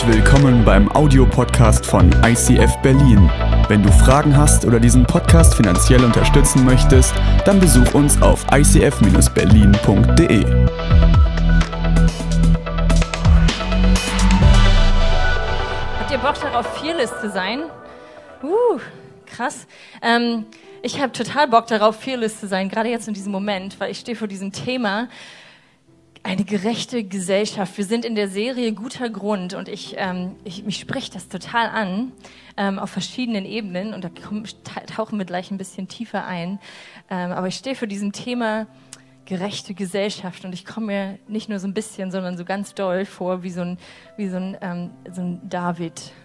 Herzlich willkommen beim Audiopodcast von ICF Berlin. Wenn du Fragen hast oder diesen Podcast finanziell unterstützen möchtest, dann besuch uns auf icf-berlin.de. Habt ihr Bock darauf, Fearless zu sein? Krass. Ich habe total Bock darauf, Fearless zu sein, gerade jetzt in diesem Moment, weil ich stehe vor diesem Thema, eine gerechte Gesellschaft. Wir sind in der Serie Guter Grund und mich spricht das total an, auf verschiedenen Ebenen, und da tauchen wir gleich ein bisschen tiefer ein. Aber ich stehe vor diesem Thema gerechte Gesellschaft und ich komme mir nicht nur so ein bisschen, sondern so ganz doll vor wie so ein David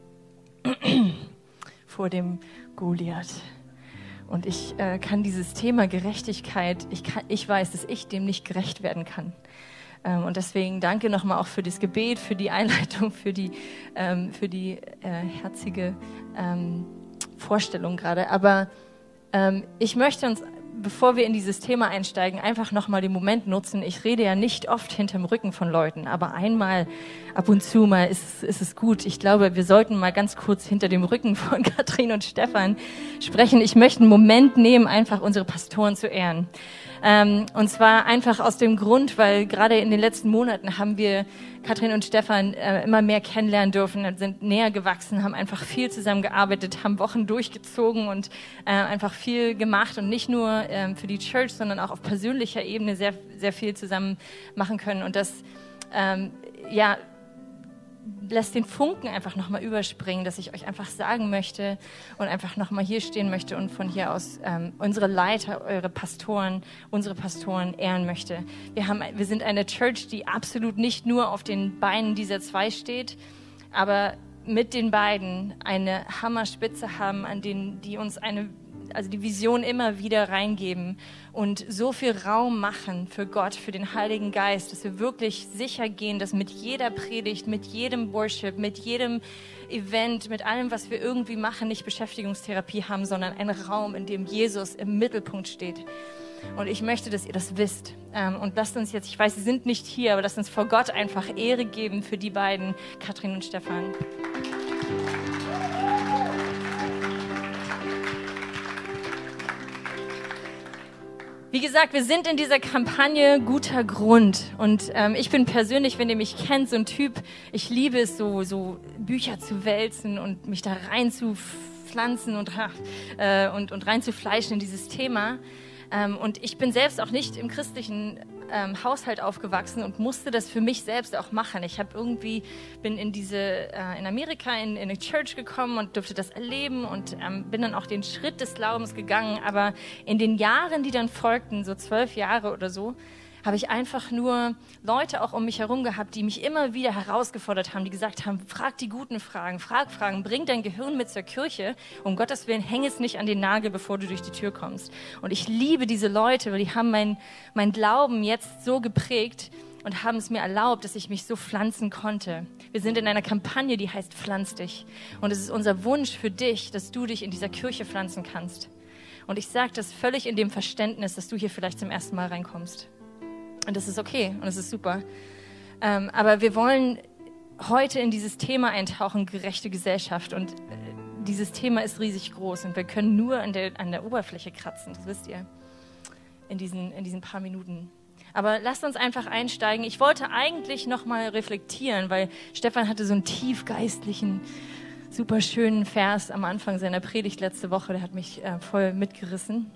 vor dem Goliath. Und ich kann dieses Thema Gerechtigkeit, ich weiß, dass ich dem nicht gerecht werden kann. Und deswegen danke nochmal auch für das Gebet, für die Einleitung, für die herzige Vorstellung gerade. Aber ich möchte uns, bevor wir in dieses Thema einsteigen, einfach nochmal den Moment nutzen. Ich rede ja nicht oft hinterm Rücken von Leuten, aber einmal, ab und zu mal ist es gut. Ich glaube, wir sollten mal ganz kurz hinter dem Rücken von Katrin und Stefan sprechen. Ich möchte einen Moment nehmen, einfach unsere Pastoren zu ehren. Und zwar einfach aus dem Grund, weil gerade in den letzten Monaten haben wir Katrin und Stefan immer mehr kennenlernen dürfen, sind näher gewachsen, haben einfach viel zusammengearbeitet, haben Wochen durchgezogen und einfach viel gemacht und nicht nur für die Church, sondern auch auf persönlicher Ebene sehr, sehr viel zusammen machen können. Und das, lässt den Funken einfach nochmal überspringen, dass ich euch einfach sagen möchte und einfach nochmal hier stehen möchte und von hier aus unsere Leiter, unsere Pastoren ehren möchte. Wir sind eine Church, die absolut nicht nur auf den Beinen dieser zwei steht, aber mit den beiden eine Hammerspitze haben, an denen die uns die Vision immer wieder reingeben und so viel Raum machen für Gott, für den Heiligen Geist, dass wir wirklich sicher gehen, dass mit jeder Predigt, mit jedem Worship, mit jedem Event, mit allem, was wir irgendwie machen, nicht Beschäftigungstherapie haben, sondern ein Raum, in dem Jesus im Mittelpunkt steht. Und ich möchte, dass ihr das wisst. Und lasst uns jetzt, ich weiß, sie sind nicht hier, aber lasst uns vor Gott einfach Ehre geben für die beiden, Katrin und Stefan. Wie gesagt, wir sind in dieser Kampagne Guter Grund und ich bin persönlich, wenn ihr mich kennt, so ein Typ, ich liebe es, so Bücher zu wälzen und mich da reinzupflanzen und reinzufleischen in dieses Thema. Und ich bin selbst auch nicht im christlichen Haushalt aufgewachsen und musste das für mich selbst auch machen. Ich bin in Amerika in eine Church gekommen und durfte das erleben und bin dann auch den Schritt des Glaubens gegangen. Aber in den Jahren, die dann folgten, so 12 Jahre oder so, habe ich einfach nur Leute auch um mich herum gehabt, die mich immer wieder herausgefordert haben, die gesagt haben, frag die guten Fragen, frag Fragen, bring dein Gehirn mit zur Kirche, um Gottes Willen, häng es nicht an den Nagel, bevor du durch die Tür kommst. Und ich liebe diese Leute, weil die haben mein Glauben jetzt so geprägt und haben es mir erlaubt, dass ich mich so pflanzen konnte. Wir sind in einer Kampagne, die heißt Pflanz dich. Und es ist unser Wunsch für dich, dass du dich in dieser Kirche pflanzen kannst. Und ich sage das völlig in dem Verständnis, dass du hier vielleicht zum ersten Mal reinkommst. Und das ist okay und das ist super. Aber wir wollen heute in dieses Thema eintauchen, gerechte Gesellschaft. Und dieses Thema ist riesig groß und wir können nur an der Oberfläche kratzen, das wisst ihr, in diesen paar Minuten. Aber lasst uns einfach einsteigen. Ich wollte eigentlich nochmal reflektieren, weil Stefan hatte so einen tiefgeistlichen, super schönen Vers am Anfang seiner Predigt letzte Woche, der hat mich voll mitgerissen.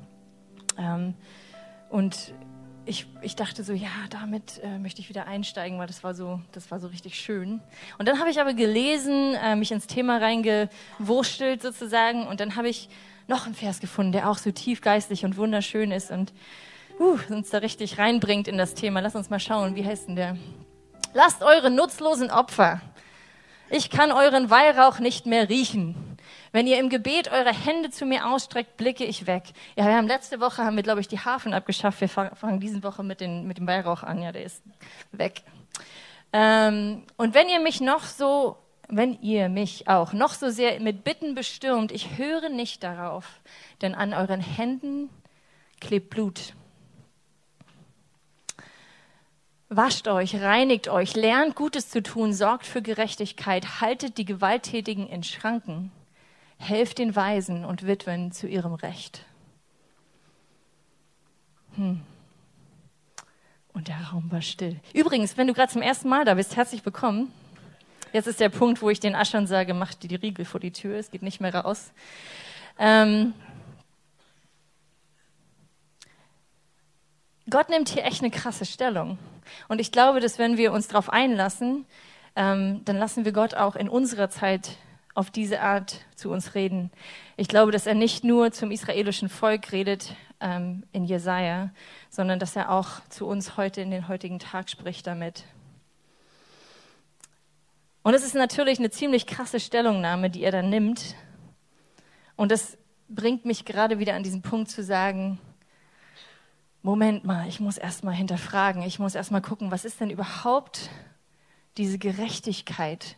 Und ich dachte so, ja, damit möchte ich wieder einsteigen, weil das war so richtig schön. Und dann habe ich aber gelesen, mich ins Thema reingewurstelt sozusagen, und dann habe ich noch einen Vers gefunden, der auch so tiefgeistlich und wunderschön ist und uns da richtig reinbringt in das Thema. Lass uns mal schauen, wie heißt denn der? Lasst eure nutzlosen Opfer. Ich kann euren Weihrauch nicht mehr riechen. Wenn ihr im Gebet eure Hände zu mir ausstreckt, blicke ich weg. Ja, letzte Woche haben wir, glaube ich, die Harfen abgeschafft. Wir fangen diese Woche mit dem Weihrauch an. Ja, der ist weg. Und wenn ihr mich auch noch so sehr mit Bitten bestürmt, ich höre nicht darauf, denn an euren Händen klebt Blut. Wascht euch, reinigt euch, lernt Gutes zu tun, sorgt für Gerechtigkeit, haltet die Gewalttätigen in Schranken, helft den Waisen und Witwen zu ihrem Recht. Und der Raum war still. Übrigens, wenn du gerade zum ersten Mal da bist, herzlich willkommen. Jetzt ist der Punkt, wo ich den Aschern sage, macht die Riegel vor die Tür, es geht nicht mehr raus. Gott nimmt hier echt eine krasse Stellung. Und ich glaube, dass wenn wir uns darauf einlassen, dann lassen wir Gott auch in unserer Zeit auf diese Art zu uns reden. Ich glaube, dass er nicht nur zum israelischen Volk redet in Jesaja, sondern dass er auch zu uns heute in den heutigen Tag spricht damit. Und es ist natürlich eine ziemlich krasse Stellungnahme, die er dann nimmt. Und das bringt mich gerade wieder an diesen Punkt zu sagen, Moment mal, ich muss erst mal hinterfragen, ich muss erst mal gucken, was ist denn überhaupt diese Gerechtigkeit?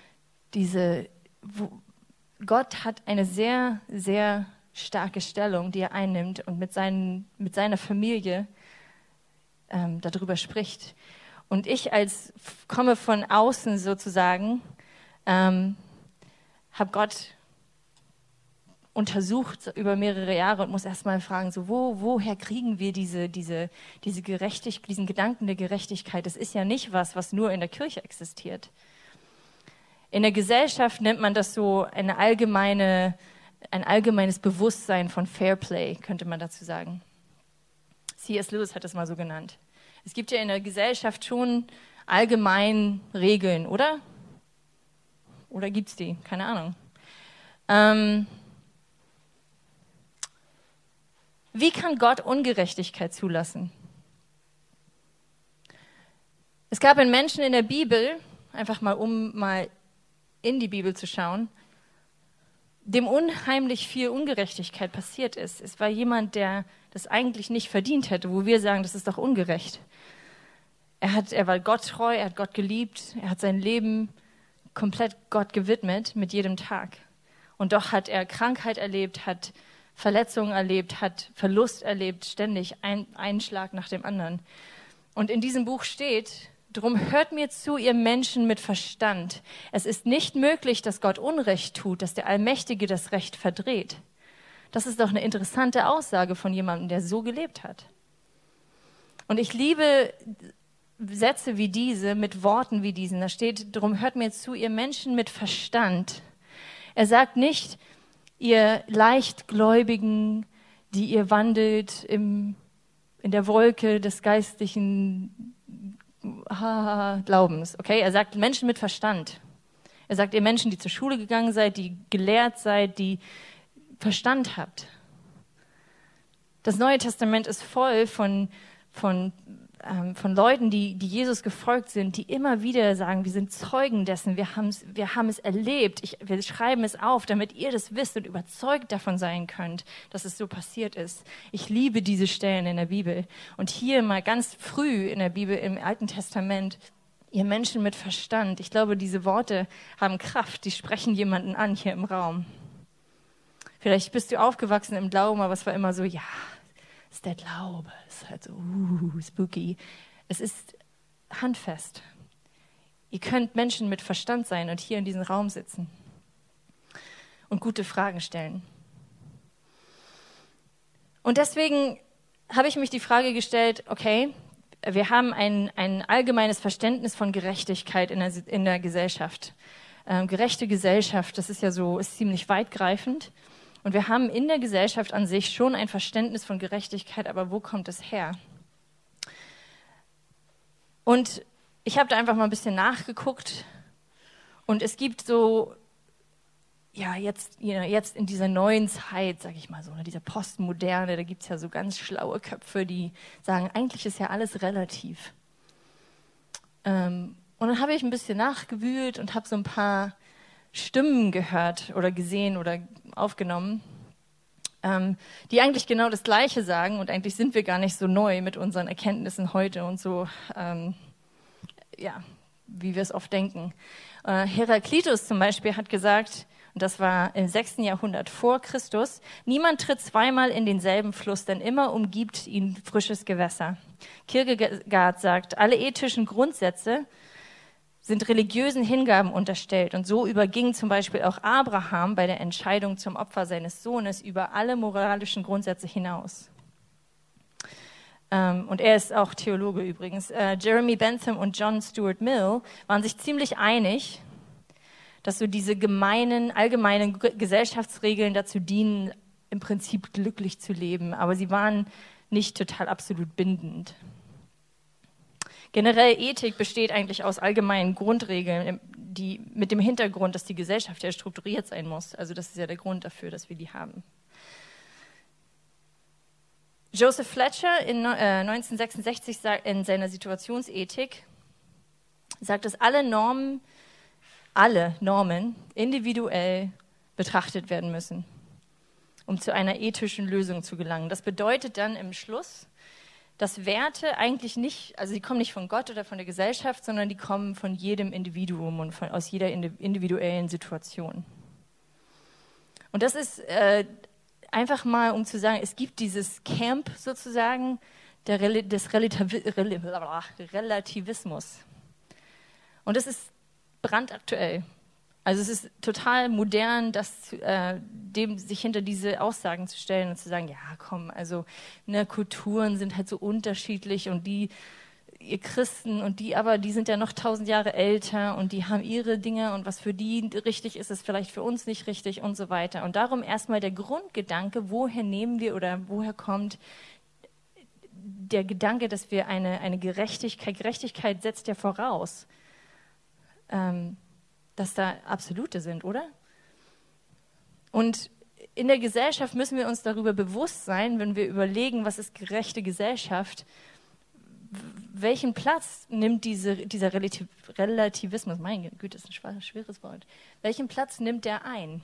Gott hat eine sehr, sehr starke Stellung, die er einnimmt und mit seiner Familie darüber spricht. Und ich komme von außen sozusagen, habe Gott untersucht über mehrere Jahre und muss erstmal fragen, so woher kriegen wir diesen Gedanken der Gerechtigkeit? Das ist ja nicht was nur in der Kirche existiert. In der Gesellschaft nennt man das so ein allgemeines Bewusstsein von Fair Play, könnte man dazu sagen. C.S. Lewis hat das mal so genannt. Es gibt ja in der Gesellschaft schon allgemein Regeln, oder? Oder gibt's die? Keine Ahnung. Wie kann Gott Ungerechtigkeit zulassen? Es gab einen Menschen in der Bibel, einfach mal mal in die Bibel zu schauen, dem unheimlich viel Ungerechtigkeit passiert ist. Es war jemand, der das eigentlich nicht verdient hätte, wo wir sagen, das ist doch ungerecht. Er war Gott treu, er hat Gott geliebt, er hat sein Leben komplett Gott gewidmet mit jedem Tag. Und doch hat er Krankheit erlebt, hat Verletzungen erlebt, hat Verlust erlebt, ständig einen Schlag nach dem anderen. Und in diesem Buch steht, drum hört mir zu, ihr Menschen mit Verstand. Es ist nicht möglich, dass Gott Unrecht tut, dass der Allmächtige das Recht verdreht. Das ist doch eine interessante Aussage von jemandem, der so gelebt hat. Und ich liebe Sätze wie diese, mit Worten wie diesen. Da steht, drum hört mir zu, ihr Menschen mit Verstand. Er sagt nicht, ihr Leichtgläubigen, die ihr wandelt in der Wolke des geistlichen Glaubens. Okay? Er sagt Menschen mit Verstand. Er sagt, ihr Menschen, die zur Schule gegangen seid, die gelehrt seid, die Verstand habt. Das Neue Testament ist voll von Leuten, die Jesus gefolgt sind, die immer wieder sagen, wir sind Zeugen dessen, wir haben es erlebt, wir schreiben es auf, damit ihr das wisst und überzeugt davon sein könnt, dass es so passiert ist. Ich liebe diese Stellen in der Bibel. Und hier mal ganz früh in der Bibel, im Alten Testament, ihr Menschen mit Verstand. Ich glaube, diese Worte haben Kraft, die sprechen jemanden an hier im Raum. Vielleicht bist du aufgewachsen im Glauben, aber es war immer so, ja, ist der Glaube, ist halt so spooky. Es ist handfest. Ihr könnt Menschen mit Verstand sein und hier in diesem Raum sitzen und gute Fragen stellen. Und deswegen habe ich mich die Frage gestellt, wir haben ein allgemeines Verständnis von Gerechtigkeit in der Gesellschaft. Gerechte Gesellschaft, das ist ja so, ist ziemlich weitgreifend. Und wir haben in der Gesellschaft an sich schon ein Verständnis von Gerechtigkeit, aber wo kommt es her? Und ich habe da einfach mal ein bisschen nachgeguckt und es gibt so, ja, jetzt in dieser neuen Zeit, sage ich mal so, dieser Postmoderne, da gibt es ja so ganz schlaue Köpfe, die sagen, eigentlich ist ja alles relativ. Und dann habe ich ein bisschen nachgewühlt und habe so ein paar Stimmen gehört oder gesehen oder aufgenommen, die eigentlich genau das Gleiche sagen und eigentlich sind wir gar nicht so neu mit unseren Erkenntnissen heute und so, wie wir es oft denken. Heraklitus zum Beispiel hat gesagt, und Das war im 6. Jahrhundert vor Christus. Niemand tritt zweimal in denselben Fluss, denn immer umgibt ihn frisches Gewässer. Kierkegaard sagt, alle ethischen Grundsätze sind religiösen Hingaben unterstellt. Und so überging zum Beispiel auch Abraham bei der Entscheidung zum Opfer seines Sohnes über alle moralischen Grundsätze hinaus. Und er ist auch Theologe übrigens. Jeremy Bentham und John Stuart Mill waren sich ziemlich einig, dass so diese allgemeinen Gesellschaftsregeln dazu dienen, im Prinzip glücklich zu leben. Aber sie waren nicht total absolut bindend. Generell Ethik besteht eigentlich aus allgemeinen Grundregeln, die mit dem Hintergrund, dass die Gesellschaft ja strukturiert sein muss. Also das ist ja der Grund dafür, dass wir die haben. Joseph Fletcher in 1966 in seiner Situationsethik sagt, dass alle Normen individuell betrachtet werden müssen, um zu einer ethischen Lösung zu gelangen. Das bedeutet dann im Schluss, dass Werte eigentlich nicht, also die kommen nicht von Gott oder von der Gesellschaft, sondern die kommen von jedem Individuum und aus jeder individuellen Situation. Und das ist einfach mal, um zu sagen, es gibt dieses Camp sozusagen des Relativismus. Und das ist brandaktuell. Also es ist total modern, sich hinter diese Aussagen zu stellen und zu sagen, ja komm, also Kulturen sind halt so unterschiedlich und ihr Christen und die sind ja noch 1000 Jahre älter und die haben ihre Dinge und was für die richtig ist, ist vielleicht für uns nicht richtig und so weiter. Und darum erstmal der Grundgedanke, woher nehmen wir oder woher kommt der Gedanke, dass wir eine Gerechtigkeit setzt ja voraus, dass da Absolute sind, oder? Und in der Gesellschaft müssen wir uns darüber bewusst sein, wenn wir überlegen, was ist gerechte Gesellschaft, welchen Platz nimmt dieser Relativismus, mein Güte, das ist ein schweres Wort, welchen Platz nimmt der ein?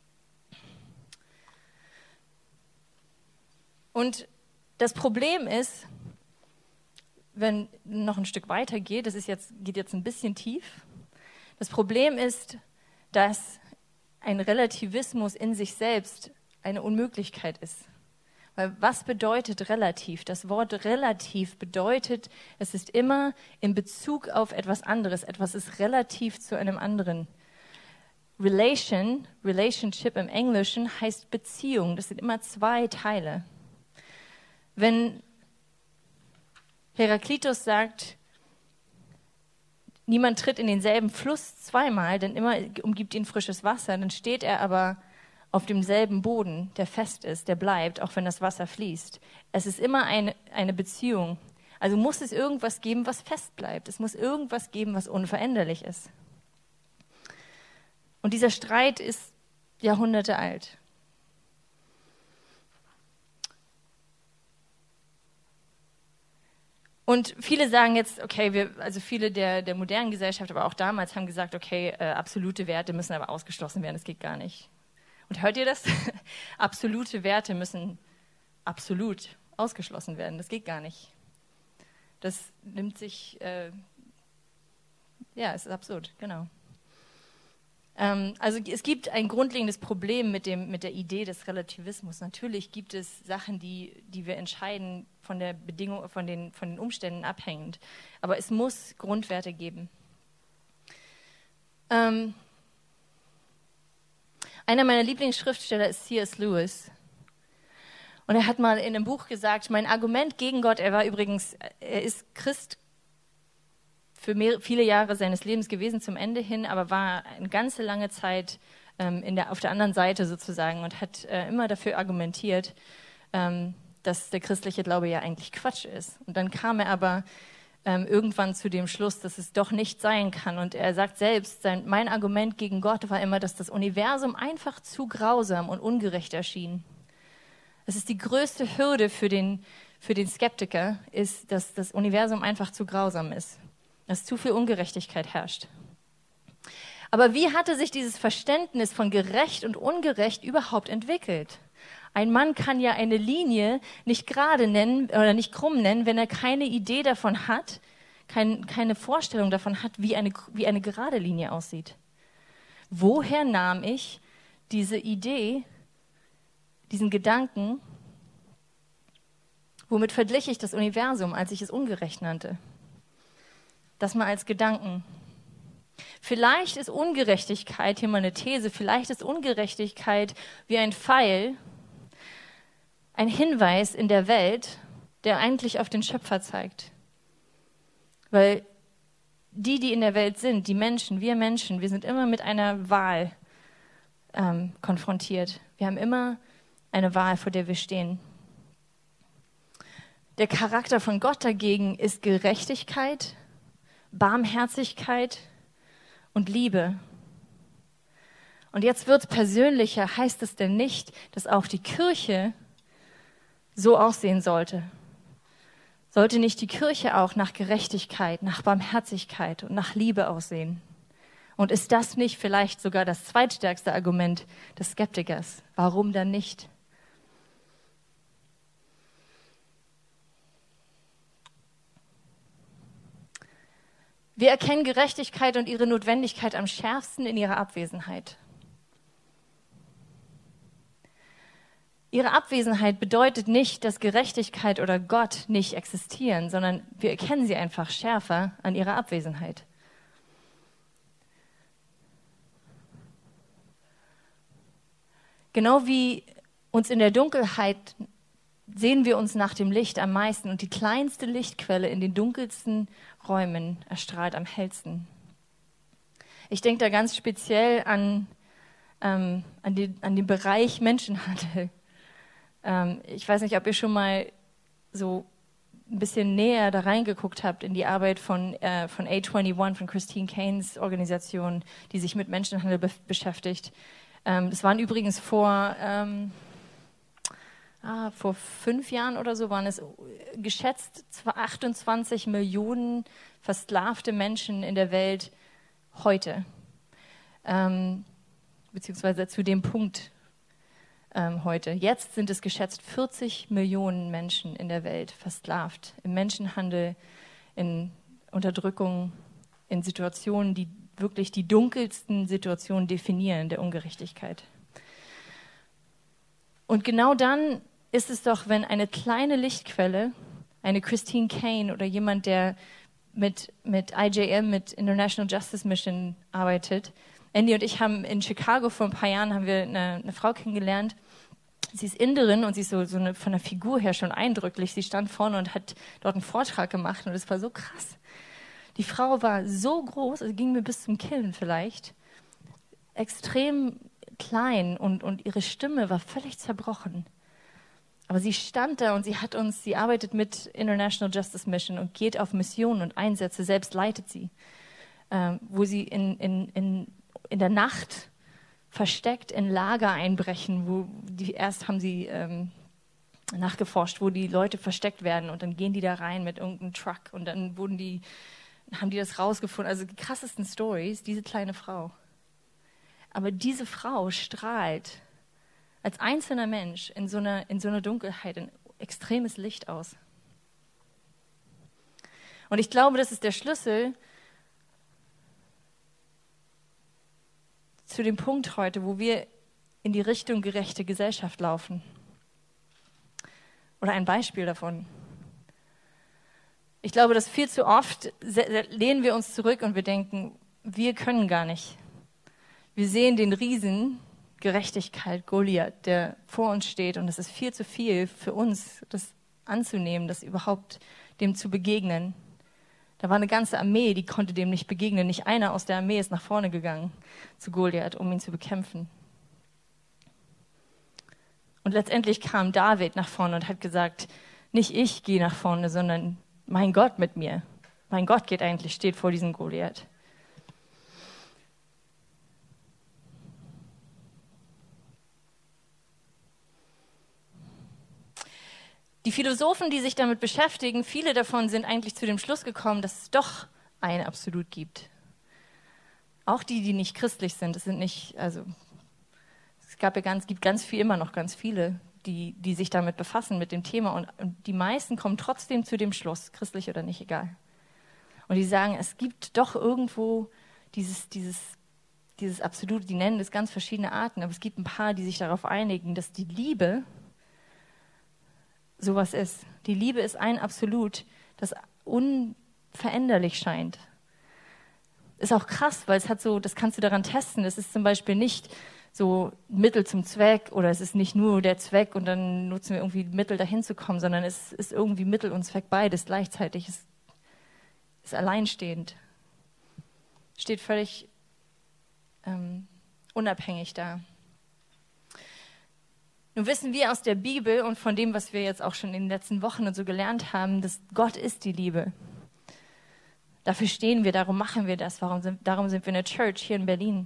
Und das Problem ist, wenn noch ein Stück weiter geht, geht jetzt ein bisschen tief. Das Problem ist, dass ein Relativismus in sich selbst eine Unmöglichkeit ist. Weil was bedeutet relativ? Das Wort relativ bedeutet, es ist immer in Bezug auf etwas anderes. Etwas ist relativ zu einem anderen. Relationship im Englischen heißt Beziehung. Das sind immer zwei Teile. Wenn Heraklitos sagt, niemand tritt in denselben Fluss zweimal, denn immer umgibt ihn frisches Wasser, dann steht er aber auf demselben Boden, der fest ist, der bleibt, auch wenn das Wasser fließt. Es ist immer eine Beziehung. Also muss es irgendwas geben, was fest bleibt. Es muss irgendwas geben, was unveränderlich ist. Und dieser Streit ist Jahrhunderte alt. Und viele sagen jetzt, okay, viele der modernen Gesellschaft, aber auch damals haben gesagt, okay, absolute Werte müssen aber ausgeschlossen werden, das geht gar nicht. Und hört ihr das? Absolute Werte müssen absolut ausgeschlossen werden, das geht gar nicht. Das nimmt sich, es ist absurd, genau. Also es gibt ein grundlegendes Problem mit der Idee des Relativismus. Natürlich gibt es Sachen, die wir entscheiden von der Bedingung, von den Umständen abhängend. Aber es muss Grundwerte geben. Einer meiner Lieblingsschriftsteller ist C.S. Lewis. Und er hat mal in einem Buch gesagt, mein Argument gegen Gott, er ist Christ für viele Jahre seines Lebens gewesen zum Ende hin, aber war eine ganze lange Zeit auf der anderen Seite sozusagen und hat immer dafür argumentiert, dass der christliche Glaube ja eigentlich Quatsch ist. Und dann kam er aber irgendwann zu dem Schluss, dass es doch nicht sein kann. Und er sagt selbst, mein Argument gegen Gott war immer, dass das Universum einfach zu grausam und ungerecht erschien. Es ist die größte Hürde für den Skeptiker, ist, dass das Universum einfach zu grausam ist. Dass zu viel Ungerechtigkeit herrscht. Aber wie hatte sich dieses Verständnis von gerecht und ungerecht überhaupt entwickelt? Ein Mann kann ja eine Linie nicht gerade nennen oder nicht krumm nennen, wenn er keine Idee davon hat, keine Vorstellung davon hat, wie eine gerade Linie aussieht. Woher nahm ich diese Idee, diesen Gedanken, womit verglich ich das Universum, als ich es ungerecht nannte? Das mal als Gedanken. Vielleicht ist Ungerechtigkeit, hier mal eine These, vielleicht ist Ungerechtigkeit wie ein Pfeil, ein Hinweis in der Welt, der eigentlich auf den Schöpfer zeigt. Weil die in der Welt sind, die Menschen, wir sind immer mit einer Wahl konfrontiert. Wir haben immer eine Wahl, vor der wir stehen. Der Charakter von Gott dagegen ist Gerechtigkeit, Barmherzigkeit und Liebe. Und jetzt wird es persönlicher. Heißt es denn nicht, dass auch die Kirche so aussehen sollte? Sollte nicht die Kirche auch nach Gerechtigkeit, nach Barmherzigkeit und nach Liebe aussehen? Und ist das nicht vielleicht sogar das zweitstärkste Argument des Skeptikers? Warum dann nicht? Wir erkennen Gerechtigkeit und ihre Notwendigkeit am schärfsten in ihrer Abwesenheit. Ihre Abwesenheit bedeutet nicht, dass Gerechtigkeit oder Gott nicht existieren, sondern wir erkennen sie einfach schärfer an ihrer Abwesenheit. Genau wie uns in der Dunkelheit sehen wir uns nach dem Licht am meisten und die kleinste Lichtquelle in den dunkelsten Räumen erstrahlt am hellsten. Ich denke da ganz speziell an den Bereich Menschenhandel. Ich weiß nicht, ob ihr schon mal so ein bisschen näher da reingeguckt habt in die Arbeit von A21, von Christine Caines Organisation, die sich mit Menschenhandel beschäftigt. Das waren übrigens vor 5 Jahren oder so, waren es geschätzt 28 Millionen versklavte Menschen in der Welt heute. Beziehungsweise zu dem Punkt heute. Jetzt sind es geschätzt 40 Millionen Menschen in der Welt versklavt. Im Menschenhandel, in Unterdrückung, in Situationen, die wirklich die dunkelsten Situationen definieren, der Ungerechtigkeit. Und genau dann ist es doch, wenn eine kleine Lichtquelle, eine Christine Caine oder jemand, der mit IJM, mit International Justice Mission arbeitet. Andy und ich haben in Chicago vor ein paar Jahren haben wir eine Frau kennengelernt. Sie ist Inderin und sie ist so von der Figur her schon eindrücklich. Sie stand vorne und hat dort einen Vortrag gemacht und es war so krass. Die Frau war so groß, also ging mir bis zum Kinn vielleicht, extrem klein und ihre Stimme war völlig zerbrochen. Aber sie stand da und sie arbeitet mit International Justice Mission und geht auf Missionen und Einsätze, selbst leitet sie, wo sie in der Nacht versteckt in Lager einbrechen, erst haben sie nachgeforscht, wo die Leute versteckt werden und dann gehen die da rein mit irgendeinem Truck und dann haben die das rausgefunden. Also die krassesten Stories, diese kleine Frau. Aber diese Frau strahlt als einzelner Mensch in so einer Dunkelheit ein extremes Licht aus. Und ich glaube, das ist der Schlüssel zu dem Punkt heute, wo wir in die Richtung gerechte Gesellschaft laufen. Oder ein Beispiel davon. Ich glaube, dass viel zu oft lehnen wir uns zurück und wir denken, wir können gar nicht. Wir sehen den Riesen Gerechtigkeit, Goliath, der vor uns steht und es ist viel zu viel für uns, das anzunehmen, das überhaupt dem zu begegnen. Da war eine ganze Armee, die konnte dem nicht begegnen. Nicht einer aus der Armee ist nach vorne gegangen zu Goliath, um ihn zu bekämpfen. Und letztendlich kam David nach vorne und hat gesagt, nicht ich gehe nach vorne, sondern mein Gott mit mir. Mein Gott steht vor diesem Goliath. Die Philosophen, die sich damit beschäftigen, viele davon sind eigentlich zu dem Schluss gekommen, dass es doch ein Absolut gibt. Auch die nicht christlich sind. Es gibt immer noch ganz viele, die sich damit befassen, mit dem Thema. Und die meisten kommen trotzdem zu dem Schluss, christlich oder nicht, egal. Und die sagen, es gibt doch irgendwo diese dieses Absolute, die nennen das ganz verschiedene Arten, aber es gibt ein paar, die sich darauf einigen, dass die Liebe sowas ist. Die Liebe ist ein Absolut, das unveränderlich scheint. Ist auch krass, weil es hat so, das kannst du daran testen. Es ist zum Beispiel nicht so Mittel zum Zweck oder es ist nicht nur der Zweck und dann nutzen wir irgendwie Mittel dahin zu kommen, sondern es ist irgendwie Mittel und Zweck beides gleichzeitig. Es ist alleinstehend. Steht völlig unabhängig da. Nun wissen wir aus der Bibel und von dem, was wir jetzt auch schon in den letzten Wochen und so gelernt haben, dass Gott ist die Liebe. Dafür stehen wir, darum machen wir das, darum sind wir eine Church hier in Berlin.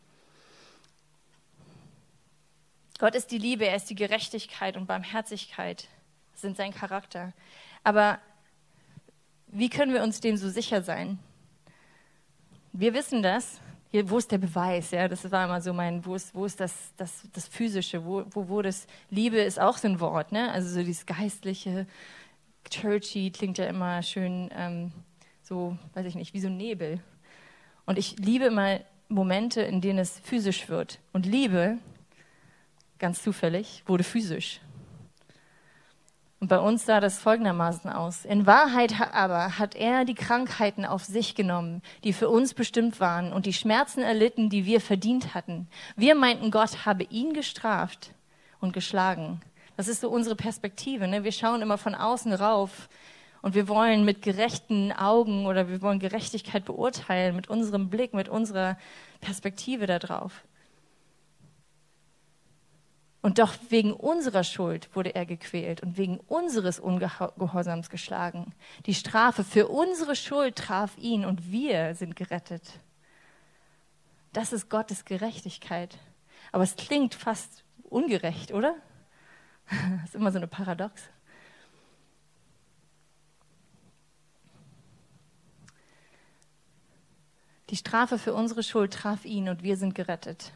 Gott ist die Liebe, er ist die Gerechtigkeit und Barmherzigkeit, das sind sein Charakter. Aber wie können wir uns dem so sicher sein? Wir wissen das. Hier, wo ist der Beweis? Ja, das war immer so wo ist das Physische? Wo das Liebe ist auch so ein Wort, ne? Also so dieses geistliche, churchy klingt ja immer schön so, weiß ich nicht, wie so ein Nebel. Und ich liebe immer Momente, in denen es physisch wird. Und Liebe, ganz zufällig, wurde physisch. Und bei uns sah das folgendermaßen aus. In Wahrheit aber hat er die Krankheiten auf sich genommen, die für uns bestimmt waren und die Schmerzen erlitten, die wir verdient hatten. Wir meinten, Gott habe ihn gestraft und geschlagen. Das ist so unsere Perspektive, ne? Wir schauen immer von außen rauf und wir wollen mit gerechten Augen oder wir wollen Gerechtigkeit beurteilen mit unserem Blick, mit unserer Perspektive da drauf. Und doch wegen unserer Schuld wurde er gequält und wegen unseres Ungehorsams geschlagen. Die Strafe für unsere Schuld traf ihn und wir sind gerettet. Das ist Gottes Gerechtigkeit. Aber es klingt fast ungerecht, oder? Das ist immer so eine Paradox. Die Strafe für unsere Schuld traf ihn und wir sind gerettet.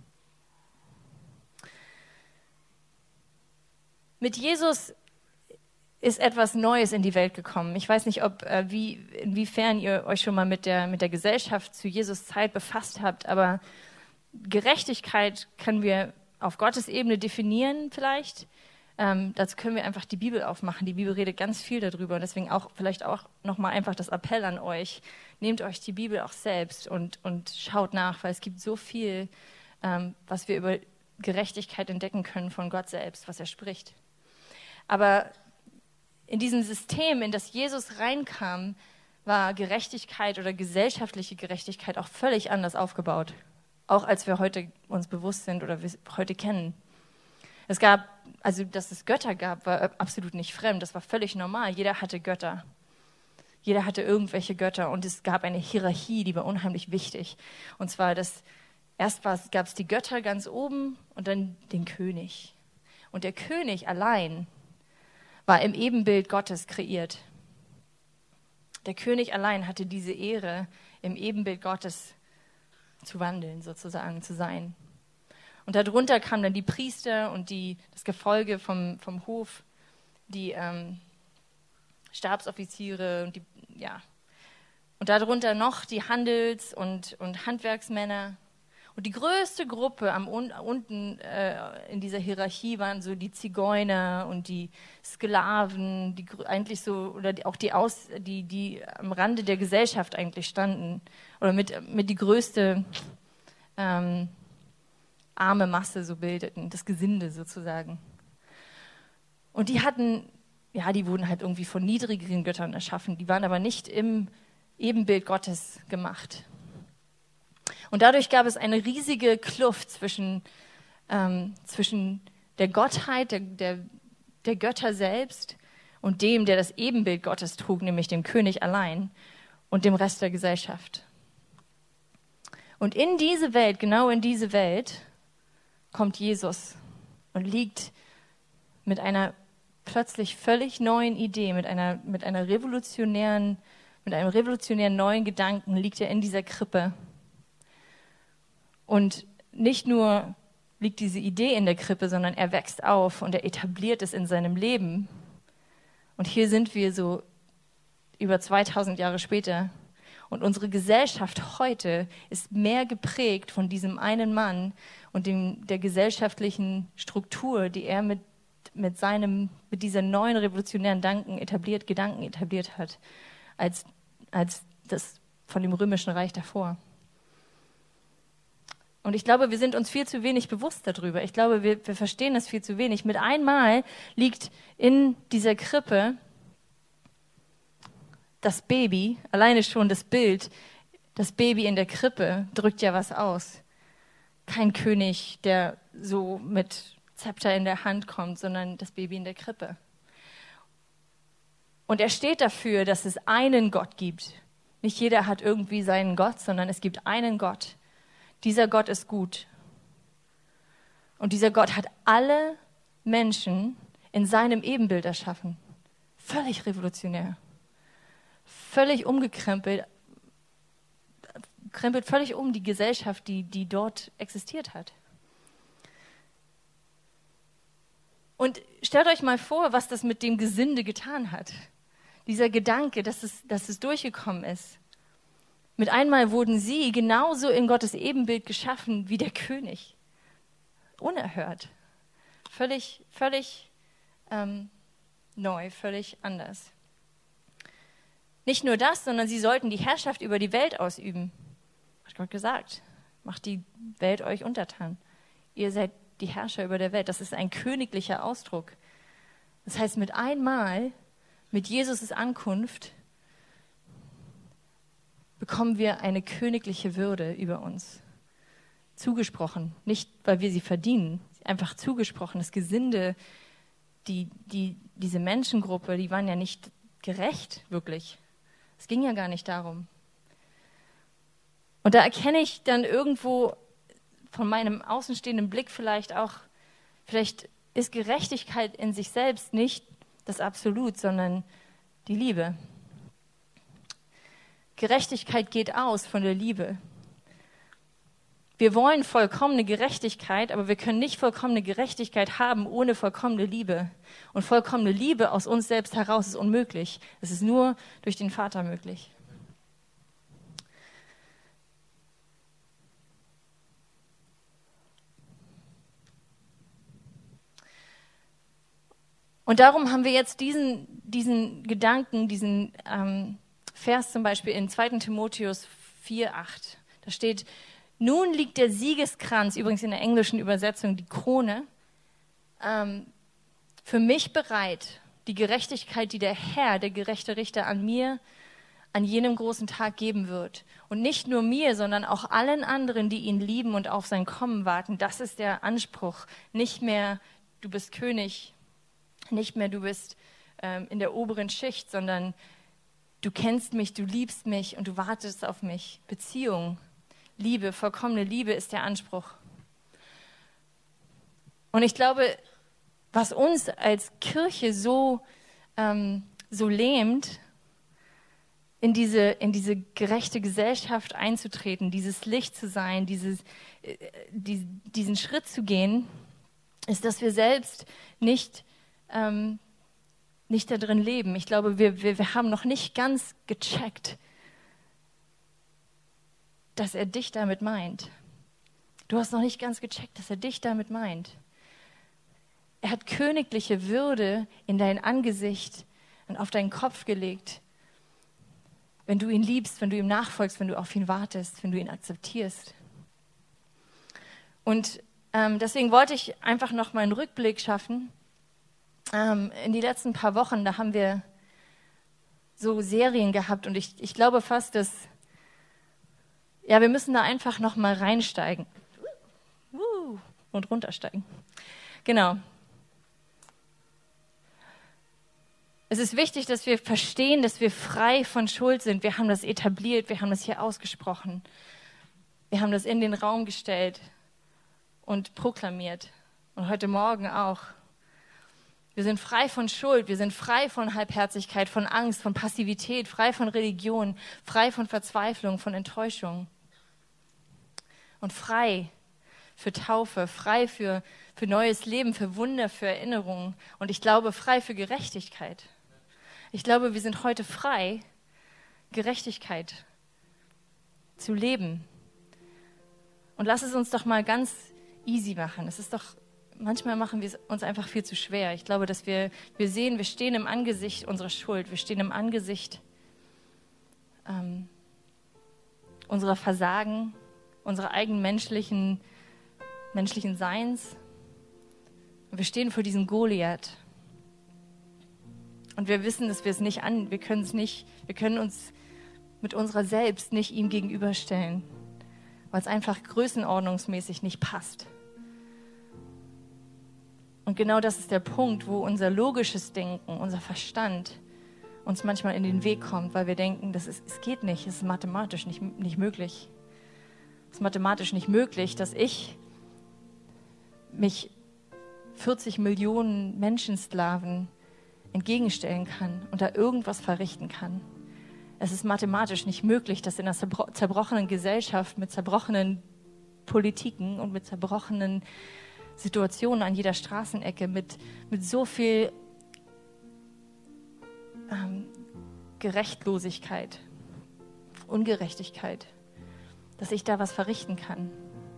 Mit Jesus ist etwas Neues in die Welt gekommen. Ich weiß nicht, inwiefern ihr euch schon mal mit der Gesellschaft zu Jesus Zeit befasst habt, aber Gerechtigkeit können wir auf Gottes Ebene definieren vielleicht. Dazu können wir einfach die Bibel aufmachen. Die Bibel redet ganz viel darüber und deswegen auch vielleicht auch nochmal einfach das Appell an euch. Nehmt euch die Bibel auch selbst und schaut nach, weil es gibt so viel, was wir über Gerechtigkeit entdecken können von Gott selbst, was er spricht. Aber in diesem System, in das Jesus reinkam, war Gerechtigkeit oder gesellschaftliche Gerechtigkeit auch völlig anders aufgebaut. Auch als wir heute uns bewusst sind oder wir heute kennen. Dass es Götter gab, war absolut nicht fremd. Das war völlig normal. Jeder hatte Götter. Jeder hatte irgendwelche Götter und es gab eine Hierarchie, die war unheimlich wichtig. Und zwar, gab es die Götter ganz oben und dann den König. Und der König allein war im Ebenbild Gottes kreiert. Der König allein hatte diese Ehre, im Ebenbild Gottes zu wandeln, sozusagen, zu sein. Und darunter kamen dann die Priester und das Gefolge vom Hof, die Stabsoffiziere und darunter noch die Handels- und Handwerksmänner. Und die größte Gruppe unten in dieser Hierarchie waren so die Zigeuner und die Sklaven, die eigentlich so, oder die am Rande der Gesellschaft eigentlich standen. Oder mit die größte arme Masse so bildeten, das Gesinde sozusagen. Und die wurden halt irgendwie von niedrigeren Göttern erschaffen, die waren aber nicht im Ebenbild Gottes gemacht. Und dadurch gab es eine riesige Kluft zwischen der Gottheit, der Götter selbst und dem, der das Ebenbild Gottes trug, nämlich dem König allein und dem Rest der Gesellschaft. Und in diese Welt, genau in diese Welt, kommt Jesus und liegt mit einer plötzlich völlig neuen Idee, mit einem revolutionären neuen Gedanken liegt er in dieser Krippe. Und nicht nur liegt diese Idee in der Krippe, sondern er wächst auf und er etabliert es in seinem Leben. Und hier sind wir so über 2000 Jahre später Und unsere Gesellschaft heute ist mehr geprägt von diesem einen Mann und der gesellschaftlichen Struktur, die er mit dieser neuen revolutionären Gedanken etabliert hat, als das von dem Römischen Reich davor. Und ich glaube, wir sind uns viel zu wenig bewusst darüber. Ich glaube, wir verstehen das viel zu wenig. Mit einmal liegt in dieser Krippe das Baby, alleine schon das Bild, das Baby in der Krippe drückt ja was aus. Kein König, der so mit Zepter in der Hand kommt, sondern das Baby in der Krippe. Und er steht dafür, dass es einen Gott gibt. Nicht jeder hat irgendwie seinen Gott, sondern es gibt einen Gott. Dieser Gott ist gut. Und dieser Gott hat alle Menschen in seinem Ebenbild erschaffen. Völlig revolutionär. Völlig umgekrempelt. Krempelt völlig um die Gesellschaft, die dort existiert hat. Und stellt euch mal vor, was das mit dem Gesinde getan hat. Dieser Gedanke, dass es durchgekommen ist. Mit einmal wurden sie genauso in Gottes Ebenbild geschaffen wie der König. Unerhört. Völlig neu, völlig anders. Nicht nur das, sondern sie sollten die Herrschaft über die Welt ausüben. Hat Gott gesagt. Macht die Welt euch untertan. Ihr seid die Herrscher über der Welt. Das ist ein königlicher Ausdruck. Das heißt, mit einmal, mit Jesus' Ankunft, bekommen wir eine königliche Würde über uns. Zugesprochen. Nicht, weil wir sie verdienen. Einfach zugesprochen. Das Gesinde, diese Menschengruppe, die waren ja nicht gerecht, wirklich. Es ging ja gar nicht darum. Und da erkenne ich dann irgendwo von meinem außenstehenden Blick vielleicht ist Gerechtigkeit in sich selbst nicht das Absolut, sondern die Liebe. Gerechtigkeit geht aus von der Liebe. Wir wollen vollkommene Gerechtigkeit, aber wir können nicht vollkommene Gerechtigkeit haben ohne vollkommene Liebe. Und vollkommene Liebe aus uns selbst heraus ist unmöglich. Es ist nur durch den Vater möglich. Und darum haben wir jetzt diesen Gedanken, diesen Vers zum Beispiel in 2. Timotheus 4,8. Da steht, nun liegt der Siegeskranz, übrigens in der englischen Übersetzung die Krone, für mich bereit, die Gerechtigkeit, die der Herr, der gerechte Richter, an mir an jenem großen Tag geben wird. Und nicht nur mir, sondern auch allen anderen, die ihn lieben und auf sein Kommen warten. Das ist der Anspruch. Nicht mehr, du bist König, nicht mehr, du bist in der oberen Schicht, sondern du kennst mich, du liebst mich und du wartest auf mich. Beziehung, Liebe, vollkommene Liebe ist der Anspruch. Und ich glaube, was uns als Kirche so lähmt, in diese gerechte Gesellschaft einzutreten, dieses Licht zu sein, diesen Schritt zu gehen, ist, dass wir selbst nicht da drin leben. Ich glaube, wir haben noch nicht ganz gecheckt, dass er dich damit meint. Du hast noch nicht ganz gecheckt, dass er dich damit meint. Er hat königliche Würde in dein Angesicht und auf deinen Kopf gelegt, wenn du ihn liebst, wenn du ihm nachfolgst, wenn du auf ihn wartest, wenn du ihn akzeptierst. Und deswegen wollte ich einfach noch mal einen Rückblick schaffen. In die letzten paar Wochen, da haben wir so Serien gehabt und ich glaube fast, dass wir müssen da einfach noch mal reinsteigen und runtersteigen. Genau. Es ist wichtig, dass wir verstehen, dass wir frei von Schuld sind. Wir haben das etabliert, wir haben das hier ausgesprochen. Wir haben das in den Raum gestellt und proklamiert. Und heute Morgen auch. Wir sind frei von Schuld, wir sind frei von Halbherzigkeit, von Angst, von Passivität, frei von Religion, frei von Verzweiflung, von Enttäuschung. Und frei für Taufe, frei für neues Leben, für Wunder, für Erinnerungen. Und ich glaube, frei für Gerechtigkeit. Ich glaube, wir sind heute frei, Gerechtigkeit zu leben. Und lass es uns doch mal ganz easy machen. Manchmal machen wir es uns einfach viel zu schwer. Ich glaube, dass wir sehen, wir stehen im Angesicht unserer Schuld. Wir stehen im Angesicht unserer Versagen, unserer eigenen menschlichen Seins. Und wir stehen vor diesem Goliath. Und wir wissen, dass wir können uns mit unserer Selbst nicht ihm gegenüberstellen, weil es einfach größenordnungsmäßig nicht passt. Und genau das ist der Punkt, wo unser logisches Denken, unser Verstand uns manchmal in den Weg kommt, weil wir denken, es geht nicht, es ist mathematisch nicht möglich. Es ist mathematisch nicht möglich, dass ich mich 40 Millionen Menschensklaven entgegenstellen kann und da irgendwas verrichten kann. Es ist mathematisch nicht möglich, dass in einer zerbrochenen Gesellschaft mit zerbrochenen Politiken und mit zerbrochenen Situationen an jeder Straßenecke, mit so viel Gerechtlosigkeit, Ungerechtigkeit, dass ich da was verrichten kann.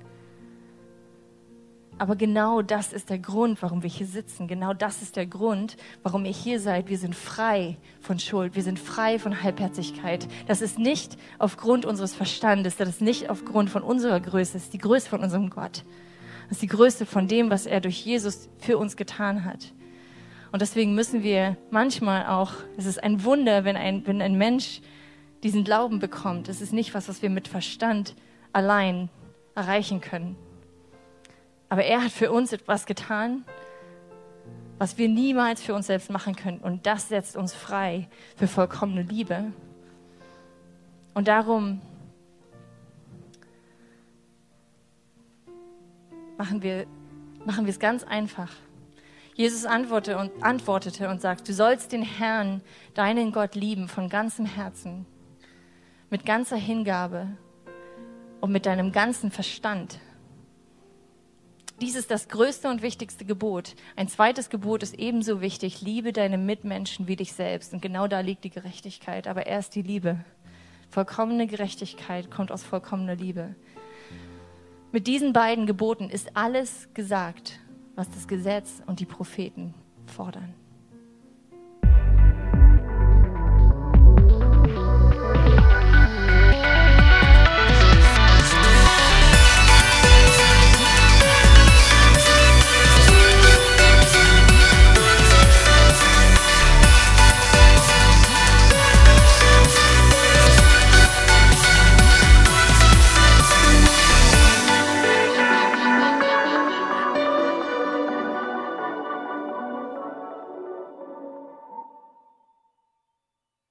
Aber genau das ist der Grund, warum wir hier sitzen. Genau das ist der Grund, warum ihr hier seid. Wir sind frei von Schuld. Wir sind frei von Halbherzigkeit. Das ist nicht aufgrund unseres Verstandes. Das ist nicht aufgrund von unserer Größe. Das ist die Größe von unserem Gott. Das ist die Größe von dem, was er durch Jesus für uns getan hat. Und deswegen müssen wir manchmal auch, es ist ein Wunder, wenn ein Mensch diesen Glauben bekommt. Es ist nicht was wir mit Verstand allein erreichen können. Aber er hat für uns etwas getan, was wir niemals für uns selbst machen können. Und das setzt uns frei für vollkommene Liebe. Und darum machen wir es ganz einfach. Jesus antwortete und sagt, du sollst den Herrn, deinen Gott lieben von ganzem Herzen, mit ganzer Hingabe und mit deinem ganzen Verstand. Dies ist das größte und wichtigste Gebot. Ein zweites Gebot ist ebenso wichtig. Liebe deine Mitmenschen wie dich selbst. Und genau da liegt die Gerechtigkeit. Aber erst die Liebe. Vollkommene Gerechtigkeit kommt aus vollkommener Liebe. Mit diesen beiden Geboten ist alles gesagt, was das Gesetz und die Propheten fordern.